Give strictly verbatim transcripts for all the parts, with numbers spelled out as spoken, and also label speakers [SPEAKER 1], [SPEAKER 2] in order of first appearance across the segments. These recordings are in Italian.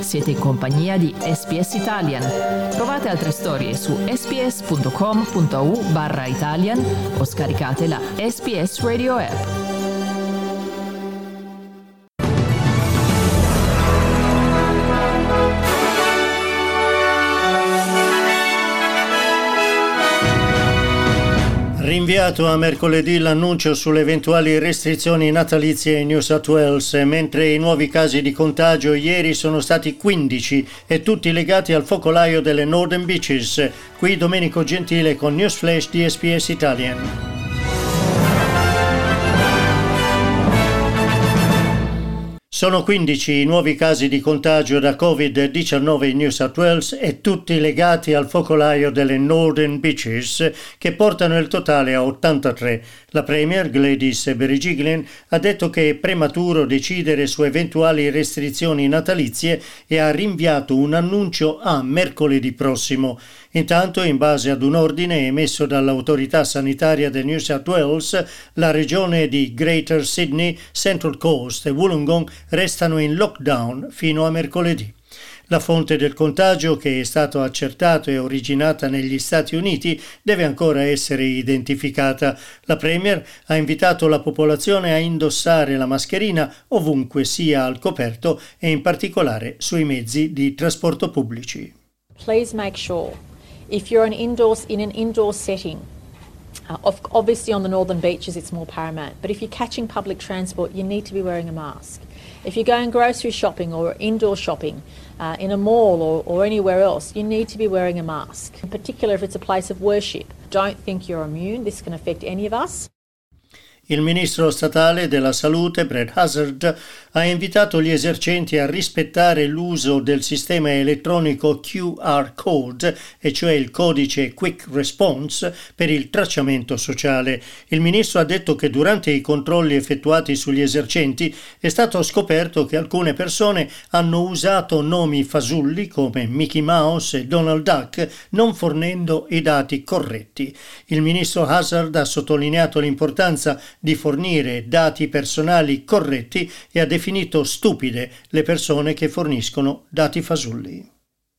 [SPEAKER 1] Siete in compagnia di S B S Italian. Trovate altre storie su sbs.com.au barra Italian o scaricate la S B S Radio app.
[SPEAKER 2] Rinviato a mercoledì l'annuncio sulle eventuali restrizioni natalizie in New South Wales, mentre i nuovi casi di contagio ieri sono stati quindici e tutti legati al focolaio delle Northern Beaches. Qui Domenico Gentile con News Flash di S B S Italian. Sono quindici i nuovi casi di contagio da covid diciannove in New South Wales e tutti legati al focolaio delle Northern Beaches, che portano il totale a ottantatré. La Premier Gladys Berejiklian ha detto che è prematuro decidere su eventuali restrizioni natalizie e ha rinviato un annuncio a mercoledì prossimo. Intanto, in base ad un ordine emesso dall'autorità sanitaria del New South Wales, la regione di Greater Sydney, Central Coast e Wollongong restano in lockdown fino a mercoledì. La fonte del contagio, che è stato accertato e originata negli Stati Uniti, deve ancora essere identificata. La Premier ha invitato la popolazione a indossare la mascherina ovunque sia al coperto e in particolare sui mezzi di trasporto pubblici.
[SPEAKER 3] Please make sure, if you're an indoors, in an indoor setting, uh, obviously on the Northern Beaches it's more paramount, but if you're catching public transport, you need to be wearing a mask. If you're going grocery shopping or indoor shopping uh, in a mall or, or anywhere else, you need to be wearing a mask. In particular, if it's a place of worship. Don't think you're immune. This can affect any of us.
[SPEAKER 2] Il ministro statale della salute, Brad Hazzard, ha invitato gli esercenti a rispettare l'uso del sistema elettronico Q R Code, e cioè il codice Quick Response, per il tracciamento sociale. Il ministro ha detto che durante i controlli effettuati sugli esercenti è stato scoperto che alcune persone hanno usato nomi fasulli come Mickey Mouse e Donald Duck, non fornendo i dati corretti. Il ministro Hazzard ha sottolineato l'importanza di fornire dati personali corretti e ha definito stupide le persone che forniscono dati fasulli.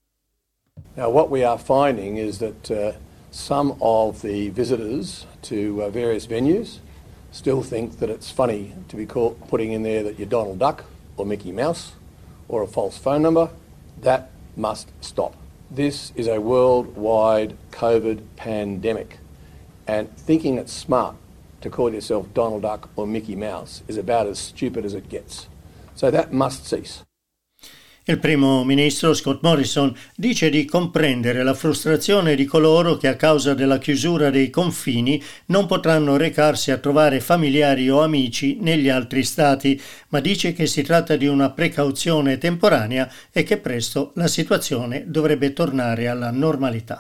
[SPEAKER 4] Now, what we are finding is that uh, some of the visitors to uh, various venues still think that it's funny to be call- putting in there that you're Donald Duck or Mickey Mouse or a false phone number. That must stop. This is a worldwide COVID pandemic, and thinking it's smart to call yourself Donald Duck or Mickey Mouse is about as stupid as it gets. So that must cease.
[SPEAKER 2] Il primo ministro Scott Morrison dice di comprendere la frustrazione di coloro che a causa della chiusura dei confini non potranno recarsi a trovare familiari o amici negli altri stati, ma dice che si tratta di una precauzione temporanea e che presto la situazione dovrebbe tornare alla normalità.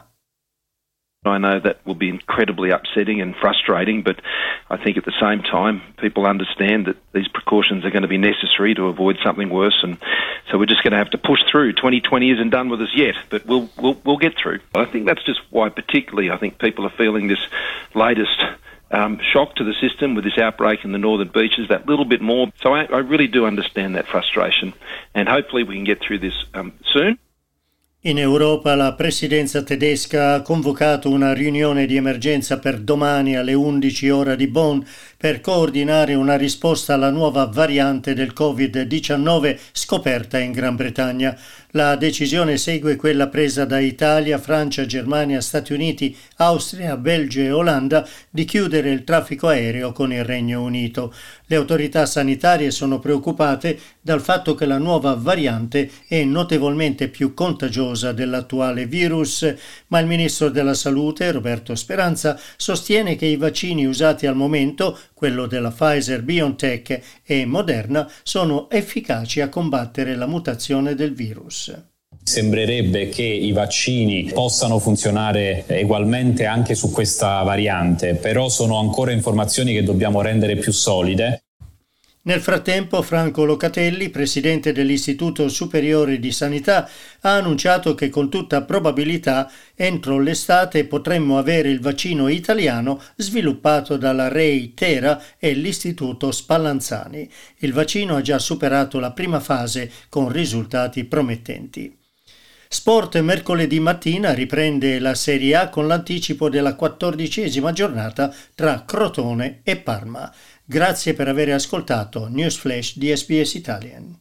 [SPEAKER 5] I know that will be incredibly upsetting and frustrating, but I think at the same time people understand that these precautions are going to be necessary to avoid something worse, and so we're just going to have to push through. twenty twenty isn't done with us yet, but we'll we'll we'll get through. I think that's just why particularly I think people are feeling this latest um, shock to the system with this outbreak in the Northern Beaches that little bit more. So I, I really do understand that frustration, and hopefully we can get through this um, soon.
[SPEAKER 2] In Europa la presidenza tedesca ha convocato una riunione di emergenza per domani alle undici ora di Bonn per coordinare una risposta alla nuova variante del covid diciannove scoperta in Gran Bretagna. La decisione segue quella presa da Italia, Francia, Germania, Stati Uniti, Austria, Belgio e Olanda di chiudere il traffico aereo con il Regno Unito. Le autorità sanitarie sono preoccupate dal fatto che la nuova variante è notevolmente più contagiosa dell'attuale virus, ma il ministro della Salute, Roberto Speranza, sostiene che i vaccini usati al momento, quello della Pfizer, BioNTech e Moderna, sono efficaci a combattere la mutazione del virus.
[SPEAKER 6] Sembrerebbe che i vaccini possano funzionare ugualmente anche su questa variante, però sono ancora informazioni che dobbiamo rendere più solide.
[SPEAKER 2] Nel frattempo Franco Locatelli, presidente dell'Istituto Superiore di Sanità, ha annunciato che con tutta probabilità entro l'estate potremmo avere il vaccino italiano sviluppato dalla Rei Thera e l'Istituto Spallanzani. Il vaccino ha già superato la prima fase con risultati promettenti. Sport: mercoledì mattina riprende la Serie A con l'anticipo della quattordicesima giornata tra Crotone e Parma. Grazie per aver ascoltato News Flash di S B S Italian.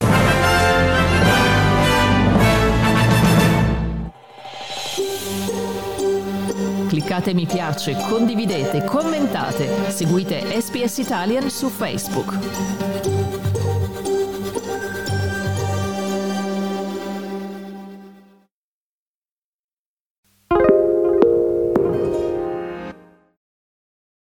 [SPEAKER 1] Cliccate mi piace, condividete, commentate, seguite S B S Italian su Facebook.